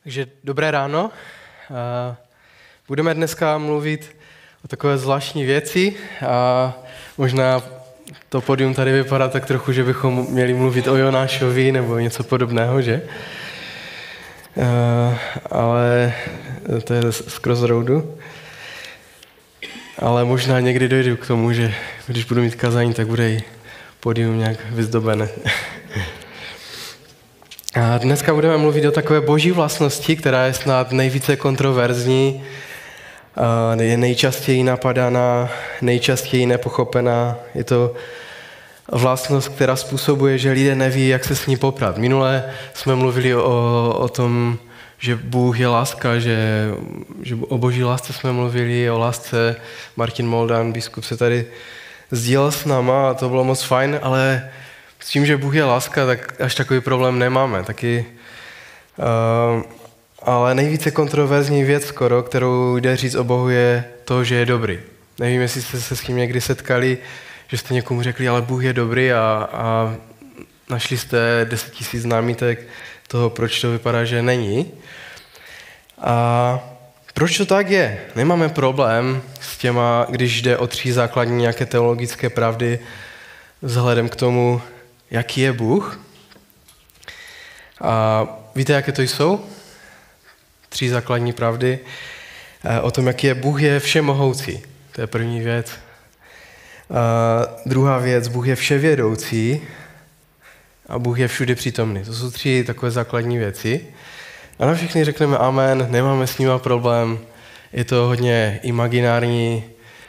Takže dobré ráno. Budeme dneska mluvit o takové zvláštní věci a možná to pódium tady vypadá tak trochu, že bychom měli mluvit o Jonášovi nebo něco podobného, že? Ale to je z Crossroadu. Ale možná někdy dojdu k tomu, že když budu mít kazání, tak bude i pódium nějak vyzdobené. A dneska budeme mluvit o takové boží vlastnosti, která je snad nejvíce kontroverzní, je nejčastěji napadaná, nejčastěji nepochopená. Je to vlastnost, která způsobuje, že lidé neví, jak se s ní poprat. Minule jsme mluvili o tom, že Bůh je láska, že o boží lásce jsme mluvili, o lásce. Martin Moldan, biskup, se tady sdílel s náma a to bylo moc fajn, ale s tím, že Bůh je láska, tak až takový problém nemáme. Taky, ale nejvíce kontroverzní věc skoro, kterou jde říct o Bohu, je to, že je dobrý. Nevím, jestli jste se s tím někdy setkali, že jste někomu řekli, ale Bůh je dobrý a našli jste 10 000 námitek toho, proč to vypadá, že není. A proč to tak je? Nemáme problém s těma, když jde o 3 základní nějaké teologické pravdy vzhledem k tomu, jaký je Bůh. A víte, jaké to jsou? 3 základní pravdy o tom, jaký je Bůh, je všemohoucí. To je první věc. Druhá věc, Bůh je vševědoucí a Bůh je všudy přítomný. To jsou 3 takové základní věci. A na všechny řekneme amen, nemáme s nima problém, je to hodně imaginární,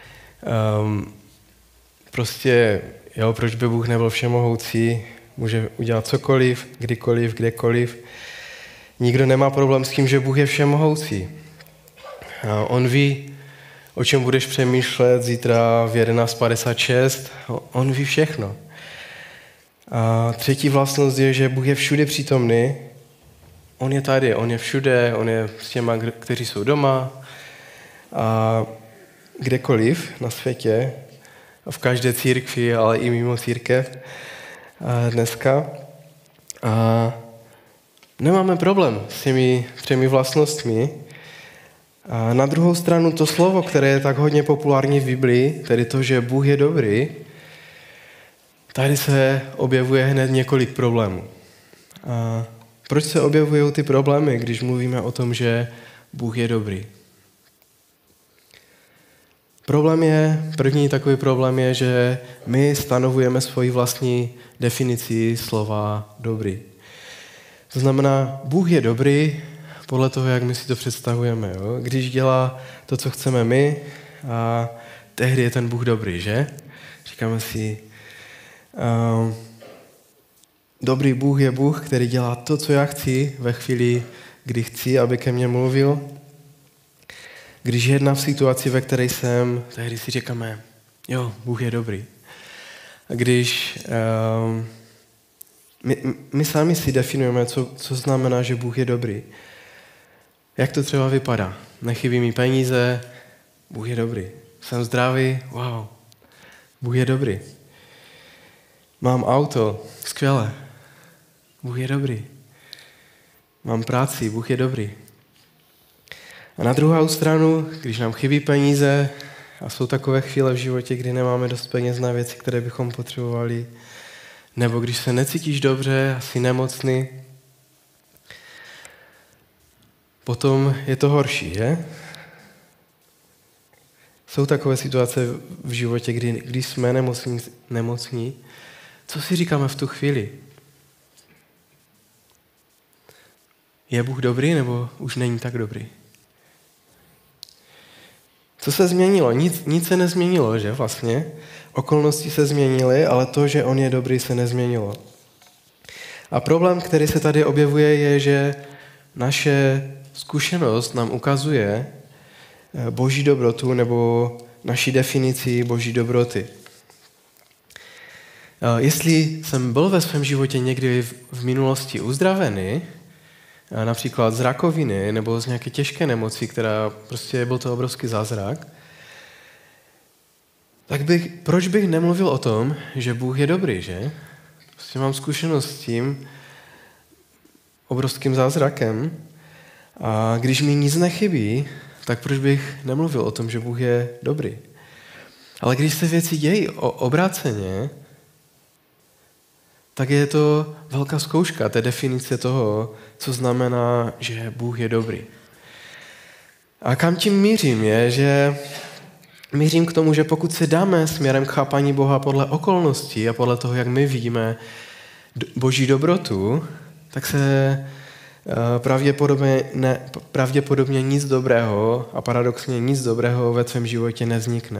prostě, jo, proč by Bůh nebyl všemohoucí, může udělat cokoliv, kdykoliv, kdekoliv. Nikdo nemá problém s tím, že Bůh je všemohoucí. On ví, o čem budeš přemýšlet zítra v 11:56, on ví všechno. A třetí vlastnost je, že Bůh je všude přítomný, on je tady, on je všude, on je s těma, kteří jsou doma a kdekoliv na světě, v každé církvi, ale i mimo církev dneska. A nemáme problém s těmi 3 vlastnostmi. A na druhou stranu to slovo, které je tak hodně populární v Biblii, tedy to, že Bůh je dobrý, tady se objevuje hned několik problémů. A proč se objevují ty problémy, když mluvíme o tom, že Bůh je dobrý? První takový problém je, že my stanovujeme svoji vlastní definici slova dobrý. To znamená, Bůh je dobrý podle toho, jak my si to představujeme. Jo? Když dělá to, co chceme my, a tehdy je ten Bůh dobrý, že? Říkáme si, dobrý Bůh je Bůh, který dělá to, co já chci, ve chvíli, kdy chci, aby ke mně mluvil. Když jedná v situaci, ve které jsem, tehdy si říkáme, jo, Bůh je dobrý. A když my sami si definujeme, co znamená, že Bůh je dobrý. Jak to třeba vypadá? Nechybí mi peníze, Bůh je dobrý. Jsem zdravý, wow, Bůh je dobrý. Mám auto, skvěle, Bůh je dobrý. Mám práci, Bůh je dobrý. A na druhou stranu, když nám chybí peníze a jsou takové chvíle v životě, kdy nemáme dost peněz na věci, které bychom potřebovali, nebo když se necítíš dobře, jsi nemocný, potom je to horší, že? Jsou takové situace v životě, kdy jsme nemocní. Co si říkáme v tu chvíli? Je Bůh dobrý, nebo už není tak dobrý? Co se změnilo? Nic se nezměnilo, že vlastně? Okolnosti se změnily, ale to, že on je dobrý, se nezměnilo. A problém, který se tady objevuje, je, že naše zkušenost nám ukazuje boží dobrotu nebo naši definici boží dobroty. Jestli jsem byl ve svém životě někdy v minulosti uzdravený, například z rakoviny nebo z nějaké těžké nemoci, která prostě byl to obrovský zázrak, tak proč bych nemluvil o tom, že Bůh je dobrý, že? Prostě mám zkušenost s tím obrovským zázrakem A když mi nic nechybí, tak proč bych nemluvil o tom, že Bůh je dobrý? Ale když se věci dějí obráceně, tak je to velká zkouška té definice toho, co znamená, že Bůh je dobrý. A kam tím mířím je, že mířím k tomu, že pokud se dáme směrem k chápání Boha podle okolností a podle toho, jak my vidíme Boží dobrotu, tak se pravděpodobně nic dobrého a paradoxně nic dobrého ve tvém životě nevznikne.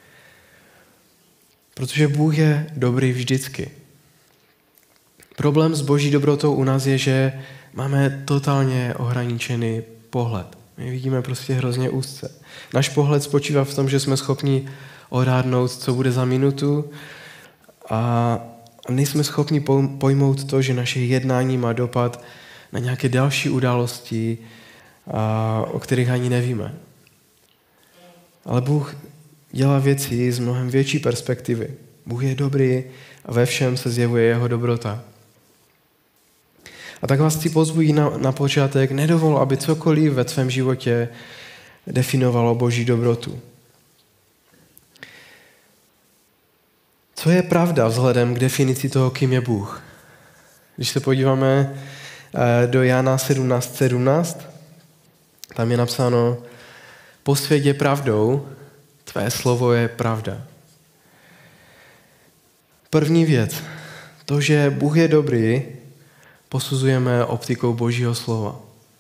Protože Bůh je dobrý vždycky. Problém s Boží dobrotou u nás je, že máme totálně ohraničený pohled. My vidíme prostě hrozně úzce. Náš pohled spočívá v tom, že jsme schopni odhadnout, co bude za minutu a nejsme schopni pojmout to, že naše jednání má dopad na nějaké další události, o kterých ani nevíme. Ale Bůh dělá věci z mnohem větší perspektivy. Bůh je dobrý a ve všem se zjevuje jeho dobrota. A tak vás chci pozbudit na počátek, nedovol, aby cokoliv ve tvém životě definovalo Boží dobrotu. Co je pravda vzhledem k definici toho, kým je Bůh? Když se podíváme do Jana 17:17, tam je napsáno: posvěť je pravdou, tvé slovo je pravda. První věc, to, že Bůh je dobrý, posuzujeme optikou Božího slova.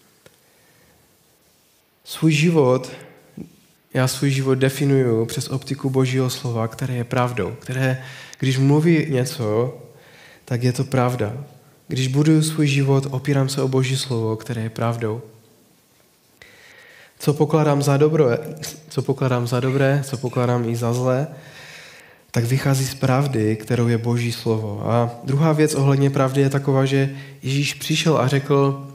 Já svůj život definuju přes optiku Božího slova, které je pravdou, které, když mluví něco, tak je to pravda. Když buduju svůj život, opírám se o Boží slovo, které je pravdou. Co pokládám za dobré, co pokládám i za zlé, tak vychází z pravdy, kterou je Boží slovo. A druhá věc ohledně pravdy je taková, že Ježíš přišel a řekl,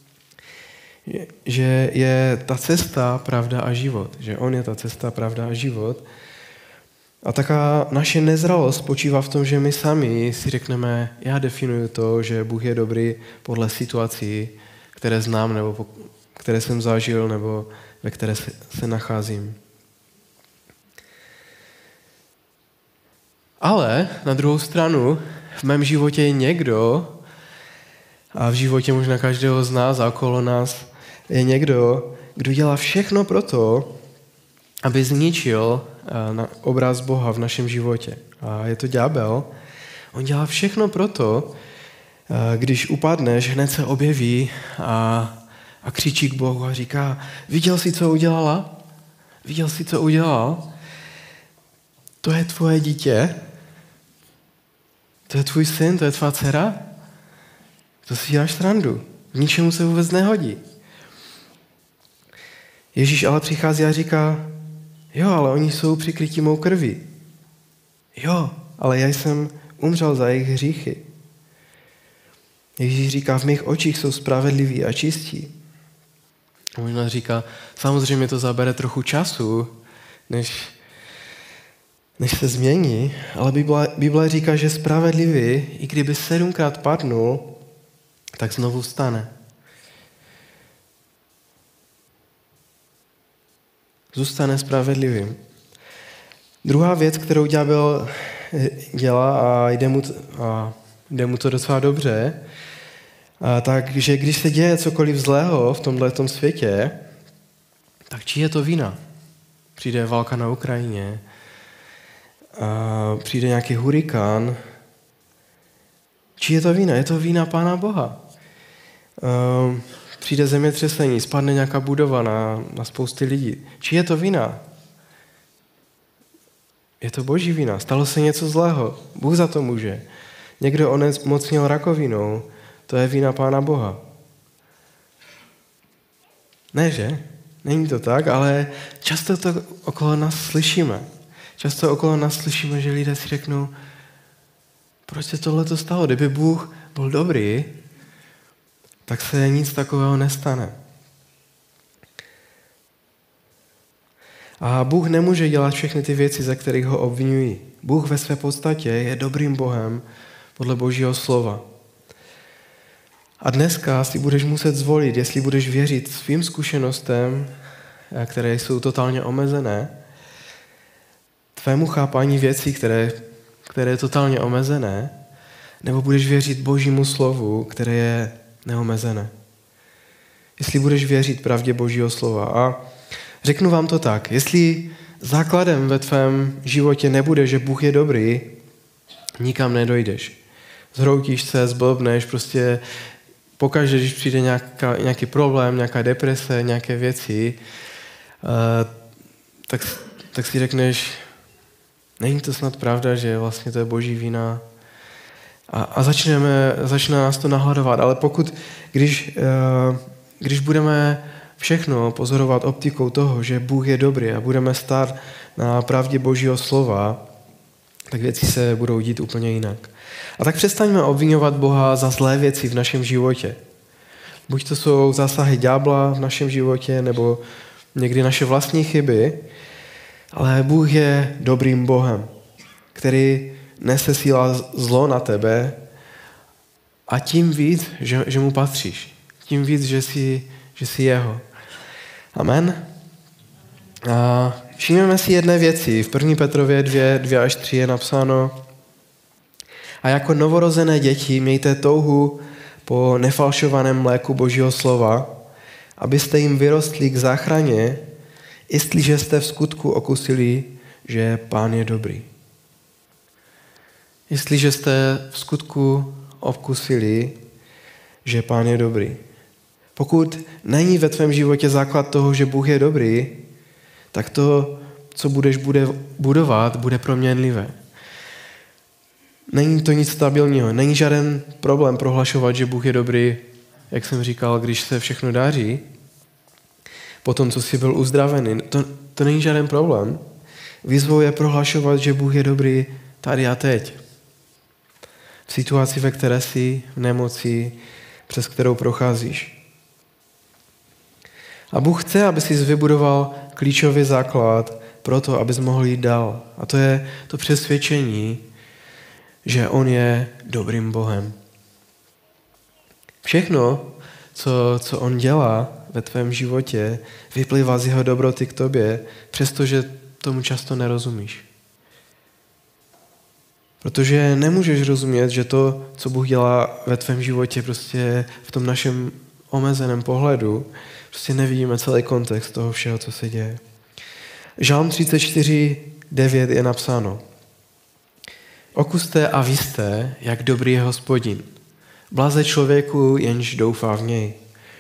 že je ta cesta, pravda a život. Že on je ta cesta, pravda a život. A taká naše nezralost spočívá v tom, že my sami si řekneme, já definuju to, že Bůh je dobrý podle situací, které znám, nebo které jsem zažil, nebo ve které se nacházím. Ale na druhou stranu v mém životě je někdo, a v životě možná každého z nás a okolo nás je někdo, kdo dělá všechno pro to, aby zničil obraz Boha v našem životě. A je to ďábel. On dělá všechno pro to, když upadneš, hned se objeví a křičí k Bohu a říká: viděl jsi, co udělala? Viděl jsi, co udělal? To je tvoje dítě? To je tvůj syn? To je tvá dcera? To si děláš srandu. K ničemu se vůbec nehodí. Ježíš ale přichází a říká: jo, ale oni jsou přikryti mou krví. Jo, ale já jsem umřel za jejich hříchy. Ježíš říká: v mých očích jsou spravedliví a čistí. A možná říká: samozřejmě to zabere trochu času, než se změní, ale Bible říká, že spravedlivý, i kdyby 7krát padnul, tak znovu vstane. Zůstane spravedlivým. Druhá věc, kterou ďábel dělá a jde mu to docela dobře, takže když se děje cokoliv zlého v tomhletom světě, tak čí je to vina? Přijde válka na Ukrajině, přijde nějaký hurikán. Čí je to vina? Je to vina Pána Boha. Přijde zemětřesení, spadne nějaká budova na spousty lidí. Čí je to vina? Je to Boží vina. Stalo se něco zlého. Bůh za to může. Někdo onemocněl rakovinou. To je vina Pána Boha. Ne, že? Není to tak, ale často to okolo nás slyšíme. Často okolo nás slyšíme, že lidé si řeknou: proč se tohleto stalo? Kdyby Bůh byl dobrý, tak se nic takového nestane. A Bůh nemůže dělat všechny ty věci, za kterých ho obvinují. Bůh ve své podstatě je dobrým Bohem podle Božího slova. A dneska si budeš muset zvolit, jestli budeš věřit svým zkušenostem, které jsou totálně omezené, tvému chápání věcí, které je totálně omezené, nebo budeš věřit Božímu slovu, které je neomezené. Jestli budeš věřit pravdě Božího slova. A řeknu vám to tak, jestli základem ve tvém životě nebude, že Bůh je dobrý, nikam nedojdeš. Zhroutíš se, zblbneš, prostě pokaždé, když přijde nějaký problém, nějaká deprese, nějaké věci, tak si řekneš, není to snad pravda, že vlastně to je Boží vina. A začne nás to nahladovat. Ale když budeme všechno pozorovat optikou toho, že Bůh je dobrý a budeme stát na pravdě Božího slova, tak věci se budou dít úplně jinak. A tak přestaňme obvinovat Boha za zlé věci v našem životě. Buď to jsou zásahy ďábla v našem životě, nebo někdy naše vlastní chyby, ale Bůh je dobrým Bohem, který nesesílá zlo na tebe a tím víc, že mu patříš. Tím víc, že jsi jeho. Amen. A všimneme si jedné věci. V 1. Petrově 2 až 3 je napsáno: a jako novorozené děti mějte touhu po nefalšovaném mléku Božího slova, abyste jim vyrostli k záchraně, jestliže jste v skutku okusili, že Pán je dobrý. Jestliže jste v skutku okusili, že Pán je dobrý. Pokud není ve tvém životě základ toho, že Bůh je dobrý, tak to, co budeš budovat, bude proměnlivé. Není to nic stabilního. Není žádný problém prohlašovat, že Bůh je dobrý, jak jsem říkal, když se všechno daří, po tom, co jsi byl uzdravený. To není žádný problém. Výzvou je prohlašovat, že Bůh je dobrý tady a teď. V situaci, ve které jsi, v nemoci, přes kterou procházíš. A Bůh chce, aby jsi vybudoval klíčový základ pro to, abys mohl jít dál. A to je to přesvědčení, že on je dobrým Bohem. Všechno, co on dělá ve tvém životě, vyplývá z jeho dobroty k tobě, přestože tomu často nerozumíš. Protože nemůžeš rozumět, že to, co Bůh dělá ve tvém životě, prostě v tom našem omezeném pohledu, prostě nevidíme celý kontext toho všeho, co se děje. Žálm 34:9 je napsáno: okuste a víste, jak dobrý je Hospodin. Blaze člověku, jenž doufá v něj.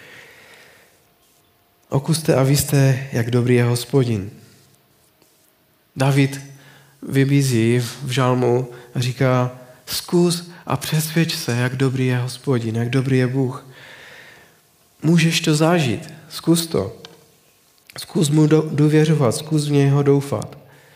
Okuste a víste, jak dobrý je Hospodin. David vybízí v žalmu a říká: zkus a přesvědč se, jak dobrý je Hospodin, jak dobrý je Bůh. Můžeš to zažít, zkus to. Zkus mu důvěřovat, zkus v něho doufat.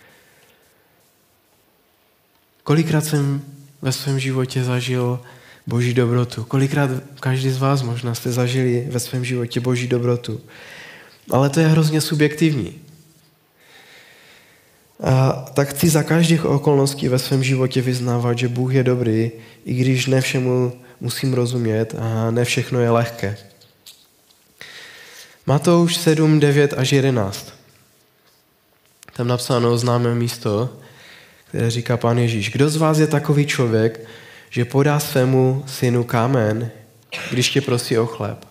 Kolikrát jsem ve svém životě zažil Boží dobrotu. Kolikrát každý z vás možná jste zažili ve svém životě Boží dobrotu. Ale to je hrozně subjektivní. A tak chci za každých okolností ve svém životě vyznávat, že Bůh je dobrý, i když ne všemu musím rozumět a ne všechno je lehké. Matouš 7:9 až 11. Tam napsáno známé místo, které říká Pán Ježíš: kdo z vás je takový člověk, že podá svému synu kámen, když tě prosí o chléb?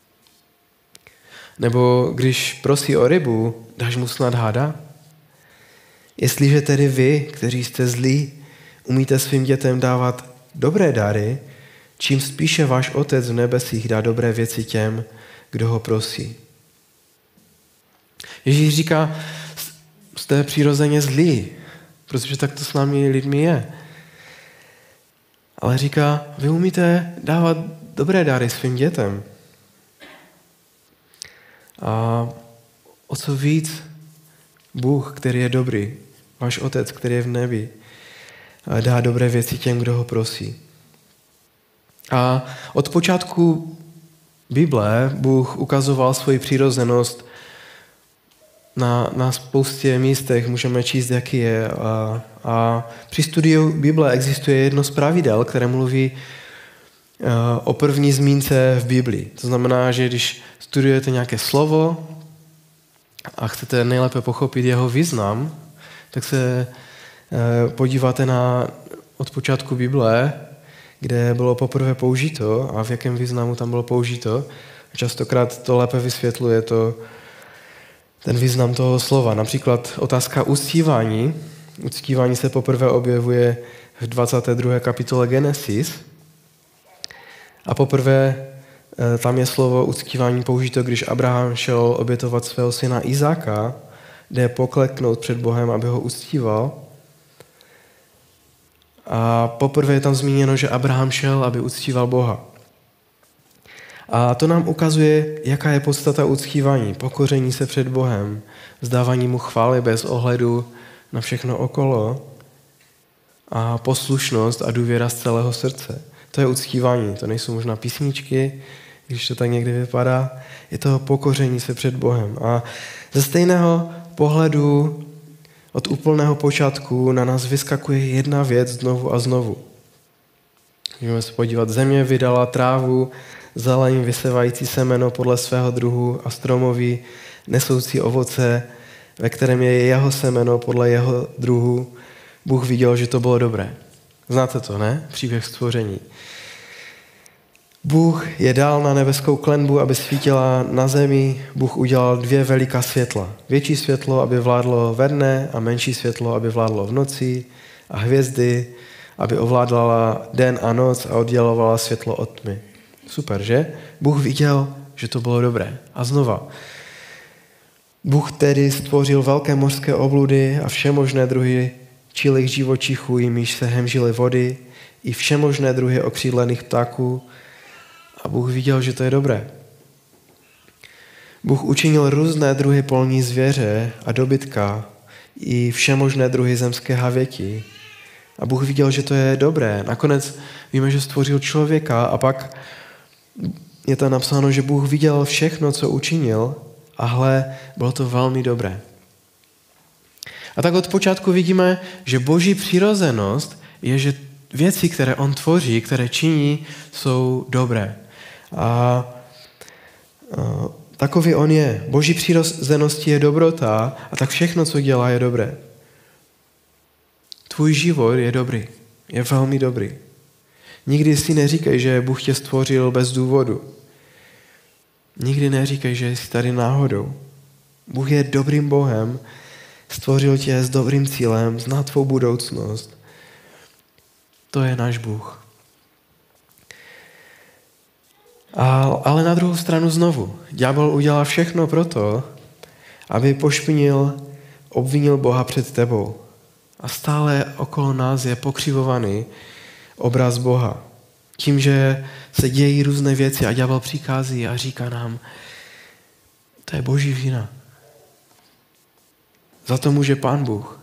Nebo když prosí o rybu, dáš mu snad hada? Jestliže tedy vy, kteří jste zlí, umíte svým dětem dávat dobré dary, čím spíše váš Otec v nebesích dá dobré věci těm, kdo ho prosí. Ježíš říká, jste přirozeně zlí, protože tak to s námi lidmi je. Ale říká, vy umíte dávat dobré dary svým dětem. A o co víc Bůh, který je dobrý, váš Otec, který je v nebi, dá dobré věci těm, kdo ho prosí. A od počátku Bible Bůh ukazoval svoji přirozenost na spoustě místech, můžeme číst, jaký je. A při studiu Bible existuje jedno z pravidel, které mluví o první zmínce v Biblii. To znamená, že když studujete nějaké slovo a chcete nejlépe pochopit jeho význam, tak se podíváte od počátku Bible, kde bylo poprvé použito a v jakém významu tam bylo použito. Častokrát to lépe vysvětluje ten význam toho slova. Například otázka uctívání. Uctívání se poprvé objevuje v 22. kapitole Genesis. A poprvé tam je slovo uctívání použito, když Abraham šel obětovat svého syna Izáka, jde pokleknout před Bohem, aby ho uctíval. A poprvé je tam zmíněno, že Abraham šel, aby uctíval Boha. A to nám ukazuje, jaká je podstata uctívání, pokoření se před Bohem, vzdávání mu chvály bez ohledu na všechno okolo a poslušnost a důvěra z celého srdce. To je uctívání, to nejsou možná písničky, když to tak někdy vypadá, je to pokoření se před Bohem. A ze stejného pohledu od úplného počátku na nás vyskakuje jedna věc znovu a znovu. Můžeme se podívat, země vydala trávu, zeleň vysevající semeno podle svého druhu a stromoví nesoucí ovoce, ve kterém je jeho semeno podle jeho druhu. Bůh viděl, že to bylo dobré. Znáte to, ne? Příběh stvoření. Bůh je dal na nebeskou klenbu, aby svítila na zemi. Bůh udělal 2 veliká světla. Větší světlo, aby vládlo ve dne a menší světlo, aby vládlo v noci a hvězdy, aby ovládala den a noc a oddělovala světlo od tmy. Super, že? Bůh viděl, že to bylo dobré. A znova. Bůh tedy stvořil velké mořské obludy a všemožné druhy čilých živočichů, jimiž se hemžily vody, i všemožné druhy okřídlených ptáků. A Bůh viděl, že to je dobré. Bůh učinil různé druhy polní zvěře a dobytka i všemožné druhy zemské havěti. A Bůh viděl, že to je dobré. Nakonec víme, že stvořil člověka a pak je tam napsáno, že Bůh viděl všechno, co učinil a hle, bylo to velmi dobré. A tak od počátku vidíme, že Boží přirozenost je, že věci, které on tvoří, které činí, jsou dobré. A takový on je. Boží přirozeností je dobrota a tak všechno, co dělá, je dobré. Tvůj život je dobrý. Je velmi dobrý. Nikdy si neříkej, že Bůh tě stvořil bez důvodu. Nikdy neříkej, že jsi tady náhodou. Bůh je dobrým Bohem, stvořil tě s dobrým cílem, zná tvou budoucnost. To je náš Bůh. Ale na druhou stranu znovu. Ďábel udělá všechno proto, aby obvinil Boha před tebou. A stále okolo nás je pokřivovaný obraz Boha. Tím, že se dějí různé věci a ďábel přichází a říká nám, to je Boží vina. Za to může Pán Bůh.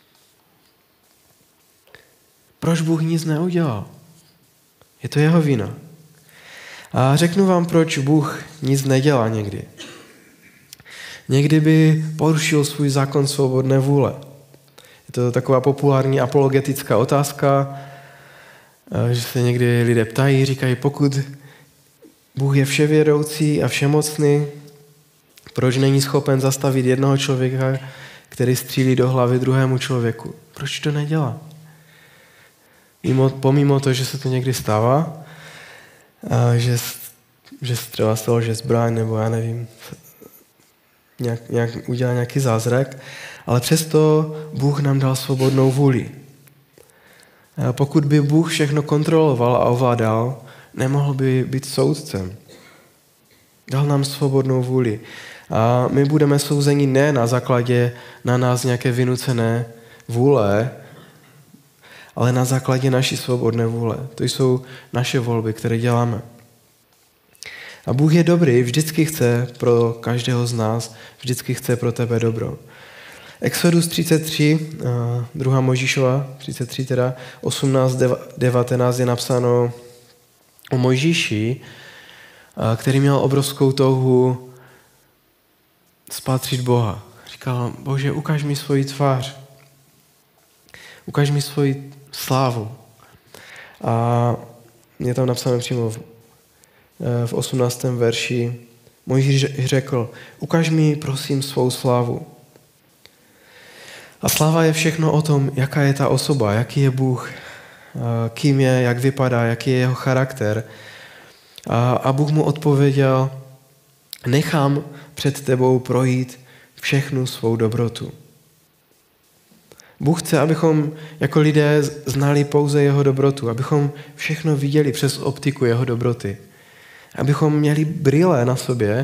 Proč Bůh nic neudělal? Je to jeho vina. A řeknu vám, proč Bůh nic nedělá někdy. Někdy by porušil svůj zákon svobodné vůle. Je to taková populární apologetická otázka, že se někdy lidé ptají, říkají, pokud Bůh je vševědoucí a všemocný, proč není schopen zastavit jednoho člověka, který střílí do hlavy druhému člověku? Proč to nedělá? Pomimo to, že se to někdy stává, že třeba stalo, že zbraň, nebo já nevím, nějak udělá nějaký zázrak, ale přesto Bůh nám dal svobodnou vůli. Pokud by Bůh všechno kontroloval a ovládal, nemohl by být soudcem. Dal nám svobodnou vůli. A my budeme souzeni ne na základě na nás nějaké vynucené vůle, ale na základě naší svobodné vůle. To jsou naše volby, které děláme. A Bůh je dobrý, vždycky chce pro každého z nás, vždycky chce pro tebe dobro. Exodus 33, 2. Mojžíšova 33, teda 18, 19 je napsáno o Mojžíši, který měl obrovskou touhu spatřit Boha. Říkal, Bože, ukaž mi svoji tvář. Ukaž mi svoji slávu. A je tam napsáno přímo v 18. verši, Mojžíš řekl, ukaž mi prosím svou slávu. A sláva je všechno o tom, jaká je ta osoba, jaký je Bůh, kým je, jak vypadá, jaký je jeho charakter. A Bůh mu odpověděl, nechám před tebou projít všechnu svou dobrotu. Bůh chce, abychom jako lidé znali pouze jeho dobrotu, abychom všechno viděli přes optiku jeho dobroty. Abychom měli brýle na sobě,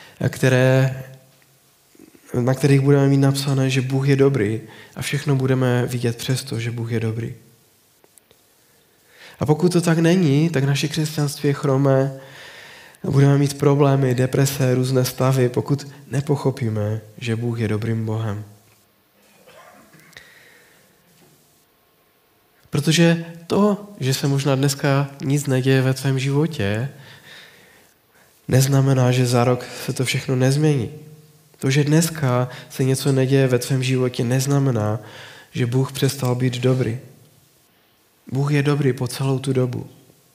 na kterých budeme mít napsané, že Bůh je dobrý a všechno budeme vidět přes to, že Bůh je dobrý. A pokud to tak není, tak naše křesťanství je chromé, budeme mít problémy, deprese, různé stavy, pokud nepochopíme, že Bůh je dobrým Bohem. Protože to, že se možná dneska nic neděje ve tvém životě, neznamená, že za rok se to všechno nezmění. To, že dneska se něco neděje ve tvém životě, neznamená, že Bůh přestal být dobrý. Bůh je dobrý po celou tu dobu.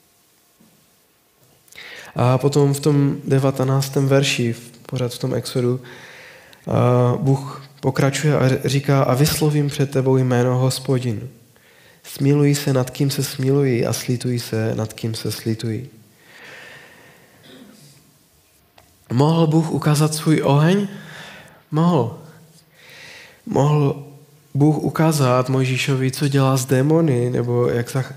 A potom v tom 19. verši, pořád v tom Exodu, Bůh pokračuje a říká, a vyslovím před tebou jméno Hospodin. Smiluji se nad kým se smiluji a slituji se nad kým se slituji. Mohl Bůh ukázat svůj oheň? Mohl. Mohl Bůh ukázat Mojžíšovi, co dělá s démony, nebo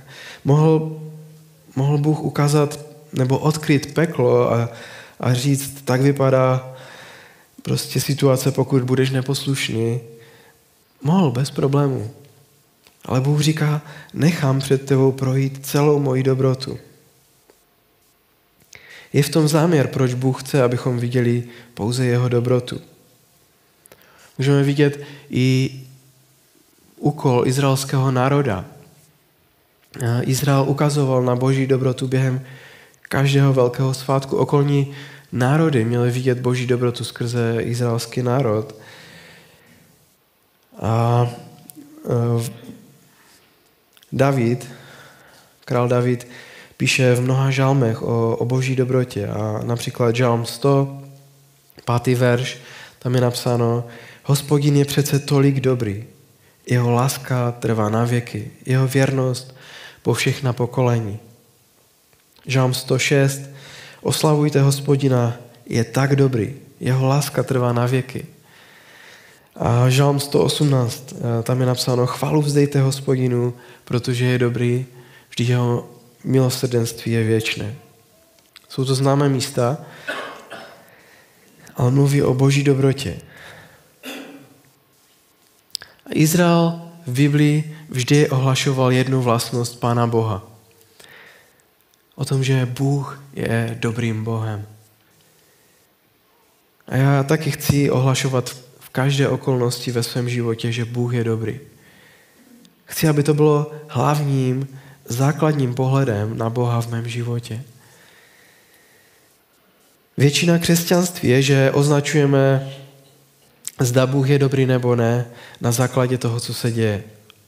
mohl Bůh ukázat nebo odkryt peklo a říct, tak vypadá prostě situace, pokud budeš neposlušný. Mohl, bez problému. Ale Bůh říká, nechám před tebou projít celou moji dobrotu. Je v tom záměr, proč Bůh chce, abychom viděli pouze jeho dobrotu. Můžeme vidět i úkol izraelského národa. Izrael ukazoval na Boží dobrotu během každého velkého svátku. Okolní národy měly vidět Boží dobrotu skrze izraelský národ. A král David, píše v mnoha žalmech o Boží dobrotě. A například žalm 100, 5. verš, tam je napsáno, Hospodin je přece tolik dobrý, jeho láska trvá na věky, jeho věrnost po všechna pokolení. Žalm 106, oslavujte Hospodina, je tak dobrý, jeho láska trvá na věky. A žalm 118, tam je napsáno, chválu vzdejte Hospodinu, protože je dobrý, vždyť jeho milosrdenství je věčné. Jsou to známé místa, ale mluví o Boží dobrotě. Izrael v Biblii vždy ohlašoval jednu vlastnost Pána Boha. O tom, že Bůh je dobrým Bohem. A já taky chci ohlašovat v každé okolnosti ve svém životě, že Bůh je dobrý. Chci, aby to bylo hlavním, základním pohledem na Boha v mém životě. Většina křesťanství je, že označujeme, zda Bůh je dobrý nebo ne, na základě toho, co se děje.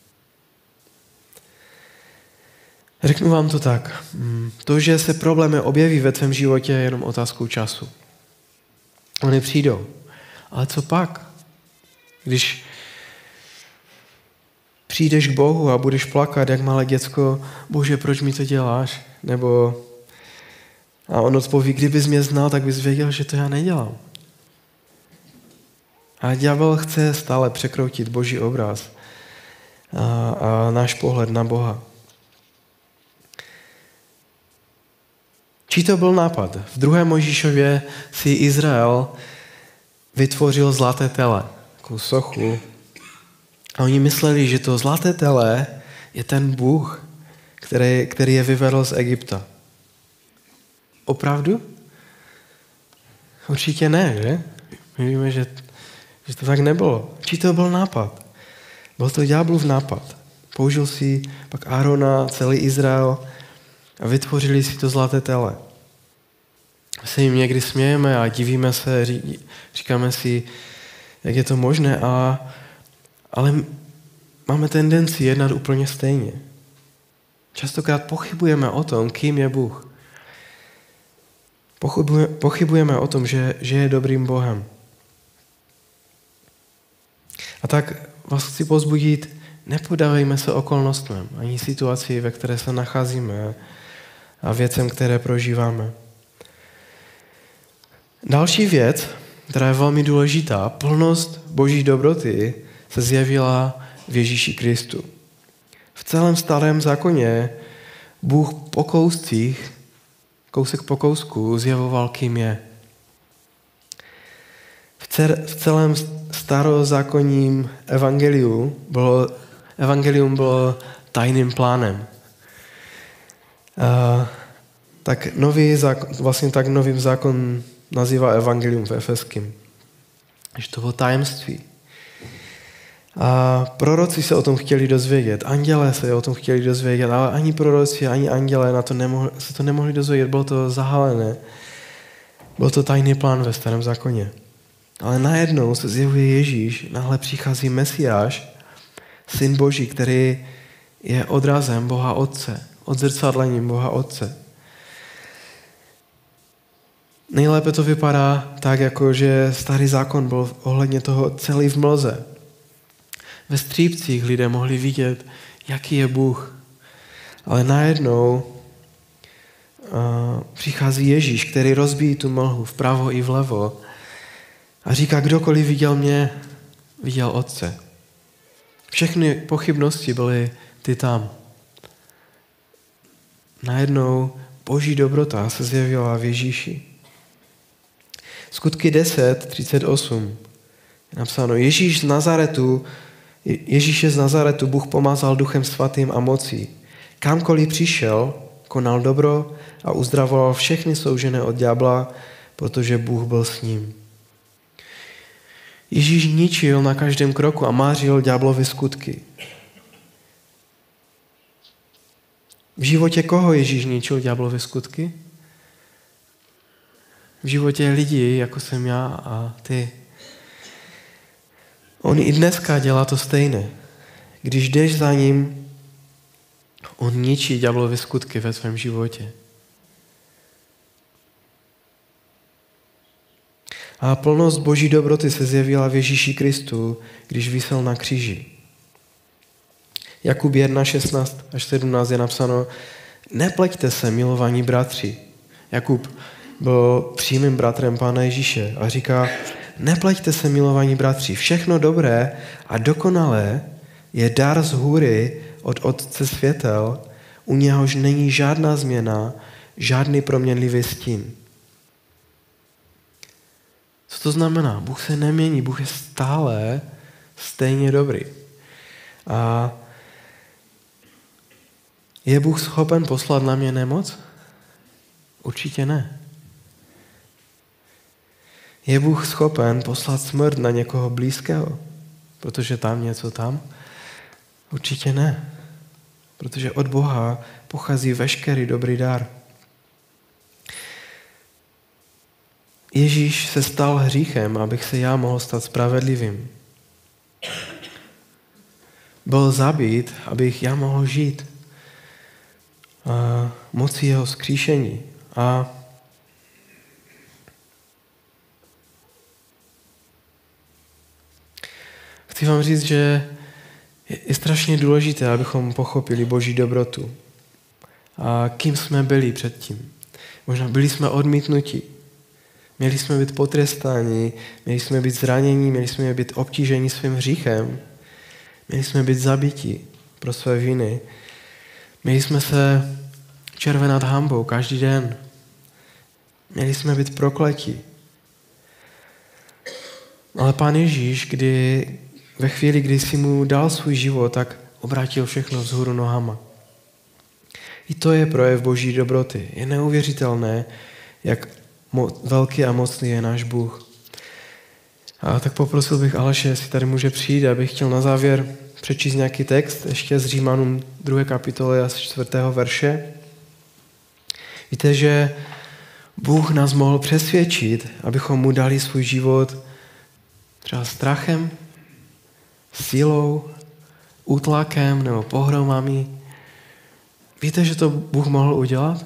Řeknu vám to tak. To, že se problémy objeví ve tvém životě, je jenom otázkou času. Oni přijdou. Ale co pak? Když přijdeš k Bohu a budeš plakat, jak malé děcko, Bože, proč mi to děláš? Nebo a on odpoví, kdybys mě znal, tak bys věděl, že to já nedělám. A ďábel chce stále překroutit Boží obraz a náš pohled na Boha. Čí to byl nápad? V 2. Mojžíšově si Izrael vytvořil zlaté tele, takovou sochu. A oni mysleli, že to zlaté tele je ten Bůh, který je vyvedl z Egypta. Opravdu? Určitě ne, že? My víme, že to tak nebylo. Čí to byl nápad? Byl to ďáblův nápad. Použil si pak Árona, celý Izrael a vytvořili si to zlaté tele. Se jim někdy smějeme a divíme se, říkáme si, jak je to možné, ale máme tendenci jednat úplně stejně. Častokrát pochybujeme o tom, kým je Bůh. Pochybujeme o tom, že je dobrým Bohem. A tak vás chci povzbudit, nepodávejme se okolnostem, ani situaci, ve které se nacházíme a věcem, které prožíváme. Další věc, která je velmi důležitá, plnost Boží dobroty se zjevila v Ježíši Kristu. V celém Starém zákoně Bůh po kouscích, kousek po kousku, zjevoval, kým je. V celém starozákonním evangelium bylo tajným plánem. Tak novým zákon nazývá evangelium v Efeským. Že to bylo tajemství. A proroci se o tom chtěli dozvědět, andělé se o tom chtěli dozvědět, ale ani proroci, ani andělé se to nemohli dozvědět, bylo to zahalené. Byl to tajný plán ve Starém zákoně. Ale najednou se zjevuje Ježíš, náhle přichází Mesiáš, Syn Boží, který je odrazem Boha Otce, odzrcadlením Boha Otce. Nejlépe to vypadá tak, jako že Starý zákon byl ohledně toho celý v mlze. Ve střípcích lidé mohli vidět, jaký je Bůh. Ale najednou přichází Ježíš, který rozbíjí tu mlhu vpravo i vlevo a říká, kdokoliv viděl mě, viděl Otce. Všechny pochybnosti byly ty tam. Najednou Boží dobrota se zjevila v Ježíši. Skutky 10:38 je napsáno, Ježíše z Nazaretu Bůh pomazal Duchem svatým a mocí. Kamkoliv přišel, konal dobro a uzdravoval všechny soužené od ďábla, protože Bůh byl s ním. Ježíš ničil na každém kroku a mářil ďáblovy skutky. V životě koho Ježíš ničil ďáblovy skutky? V životě lidí, jako jsem já a ty. On i dneska dělá to stejné. Když jdeš za ním, on ničí ďáblovy skutky ve svém životě. A plnost Boží dobroty se zjevila v Ježíši Kristu, když visel na kříži. Jakub 1:16-17 je napsáno, nepleťte se, milovaní bratři. Jakub byl přímým bratrem Pána Ježíše a říká, nepleťte se, milovaní bratři, všechno dobré a dokonalé je dar z hůry od Otce světel, u něhož není žádná změna, žádný proměnlivý stín. Co to znamená? Bůh se nemění, Bůh je stále stejně dobrý. A je Bůh schopen poslat na mě nemoc? Určitě ne. Je Bůh schopen poslat smrt na někoho blízkého? Protože tam něco tam? Určitě ne. Protože od Boha pochází veškerý dobrý dar. Ježíš se stal hříchem, abych se já mohl stát spravedlivým. Byl zabít, abych já mohl žít. A mocí jeho vzkříšení. A chci vám říct, že je strašně důležité, abychom pochopili Boží dobrotu. A kým jsme byli předtím. Možná byli jsme odmítnutí. Měli jsme být potrestáni, měli jsme být zranění, měli jsme být obtíženi svým hříchem, měli jsme být zabiti pro své viny. Měli jsme se červenat hanbou každý den. Měli jsme být prokletí. Ale Pán Ježíš, ve chvíli, kdy si mu dal svůj život, tak obrátil všechno vzhůru nohama. I to je projev Boží dobroty. Je neuvěřitelné, jak velký a mocný je náš Bůh. A tak poprosil bych Aleše, jestli tady může přijít, abych chtěl na závěr přečíst nějaký text, ještě z Římanům 2. kapitoly a z 4. verše. Víte, že Bůh nás mohl přesvědčit, abychom mu dali svůj život třeba strachem, sílou, útlakem nebo pohromami. Víte, že to Bůh mohl udělat?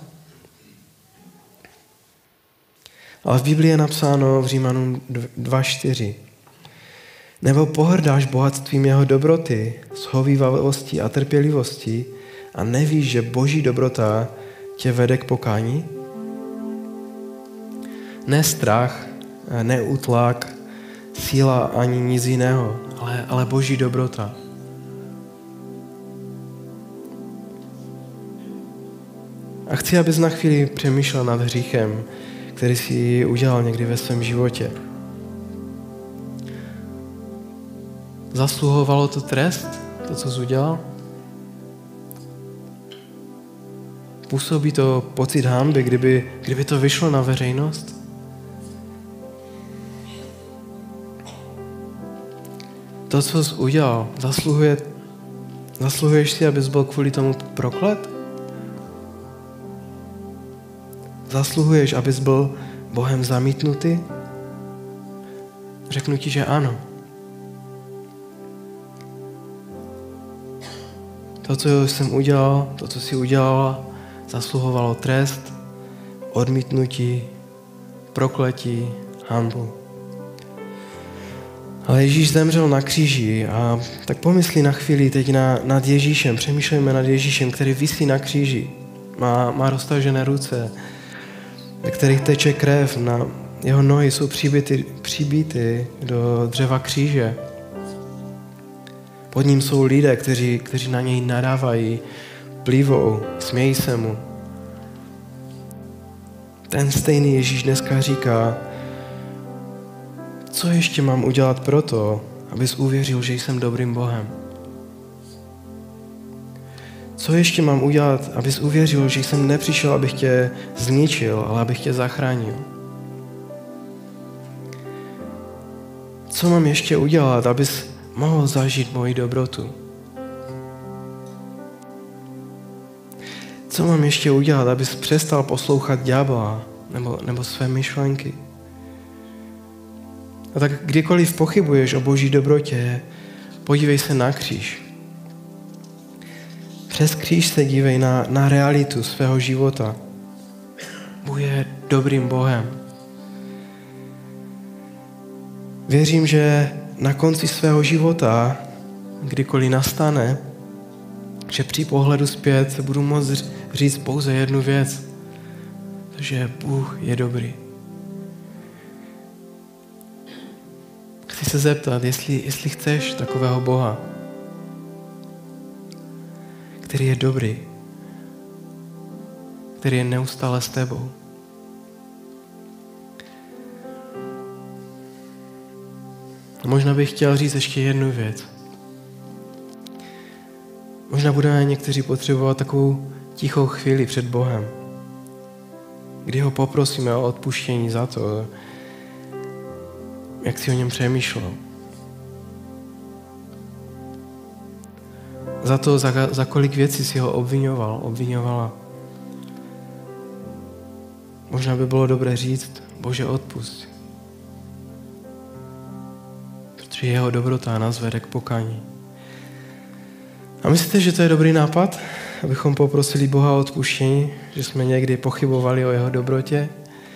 Ale v Biblii je napsáno v Římanům 2:4. Nebo pohrdáš bohatstvím jeho dobroty, shovívavostí a trpělivostí a nevíš, že Boží dobrota tě vede k pokání? Ne strach, ne útlak, síla ani nic jiného, ale Boží dobrota. A chci, abys na chvíli přemýšlel nad hříchem, který jsi udělal někdy ve svém životě. Zasluhovalo to trest, to, co jsi udělal? Působí to pocit hanby, kdyby to vyšlo na veřejnost? To, co jsi udělal, zasluhuješ si, abys byl kvůli tomu proklet? Zasluhuješ, abys byl Bohem zamítnutý? Řeknu ti, že ano. To, co jsem udělal, to, co jsi udělala, zasluhovalo trest, odmítnutí, prokletí, hanbu. Ale Ježíš zemřel na kříži a tak pomysli na chvíli teď nad Ježíšem. Přemýšlejme nad Ježíšem, který visí na kříži. Má roztažené ruce, ve kterých teče krev. Na jeho nohy jsou přibity do dřeva kříže. Pod ním jsou lidé, kteří na něj nadávají, plivou, smějí se mu. Ten stejný Ježíš dneska říká, co ještě mám udělat proto, abys uvěřil, že jsem dobrým Bohem? Co ještě mám udělat, abys uvěřil, že jsem nepřišel, abych tě zničil, ale abych tě zachránil? Co mám ještě udělat, abys mohl zažít moji dobrotu? Co mám ještě udělat, abys přestal poslouchat ďábla nebo své myšlenky? A tak kdykoliv pochybuješ o Boží dobrotě, podívej se na kříž. Přes kříž se dívej na realitu svého života. Bůh je dobrým Bohem. Věřím, že na konci svého života, kdykoliv nastane, že při pohledu zpět se budu moct říct pouze jednu věc, že Bůh je dobrý. Chci se zeptat, jestli chceš takového Boha, který je dobrý, který je neustále s tebou. A možná bych chtěl říct ještě jednu věc. Možná budeme někteří potřebovat takovou tichou chvíli před Bohem, kdy ho poprosíme o odpuštění za to, jak si o něm přemýšlel. Za to, za kolik věcí si ho obvinovala. Možná by bylo dobré říct, Bože, odpusť. Protože jeho dobrota nás vede k pokání. A myslíte, že to je dobrý nápad? Abychom poprosili Boha o odpuštění, že jsme někdy pochybovali o jeho dobrotě?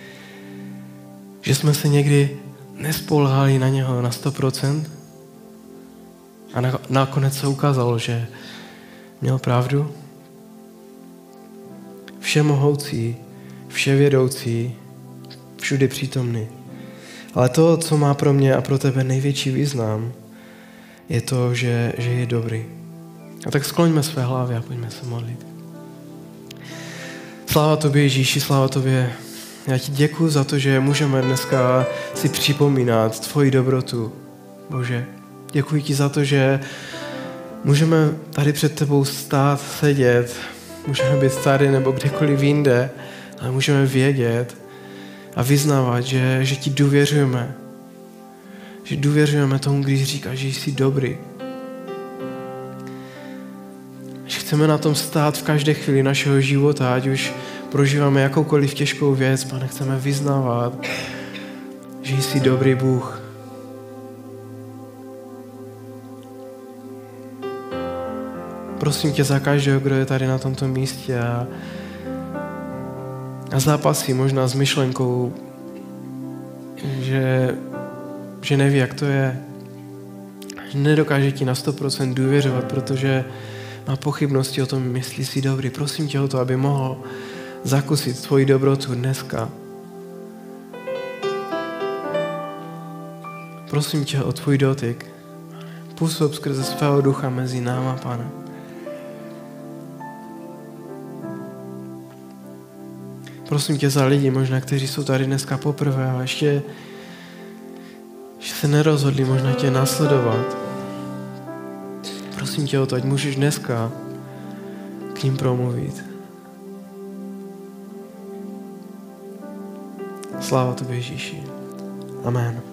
Že jsme se někdy nespoléhali na něho na 100%? A nakonec se ukázalo, že měl pravdu? Všemohoucí, vševědoucí, všudy přítomný. Ale to, co má pro mě a pro tebe největší význam, je to, že je dobrý. A tak skloňme své hlavy a pojďme se modlit. Sláva tobě, Ježíši, sláva tobě. Já ti děkuji za to, že můžeme dneska si připomínat tvoji dobrotu, Bože. Děkuji ti za to, že můžeme tady před tebou stát, sedět, můžeme být tady nebo kdekoliv jinde, ale můžeme vědět a vyznávat, že ti důvěřujeme. Že důvěřujeme tomu, když říkáš, že jsi dobrý. Že chceme na tom stát v každé chvíli našeho života, ať už prožíváme jakoukoliv těžkou věc, Pane, chceme vyznávat, že jsi dobrý Bůh. prosím tě za každého, kdo je tady na tomto místě a zápasí možná s myšlenkou, že neví, jak to je. Že nedokáže ti na 100% důvěřovat, protože má pochybnosti o tom, jestli jsi dobrý. Prosím tě o to, aby mohl zakusit tvoji dobrotu dneska. Prosím tě o tvůj dotyk. Působ skrze svého ducha mezi náma, Pane. Prosím tě za lidi, možná, kteří jsou tady dneska poprvé a ještě se nerozhodli možná tě následovat. Prosím tě o to, ať můžeš dneska k ním promluvit. Sláva tobě, Ježíši. Amen.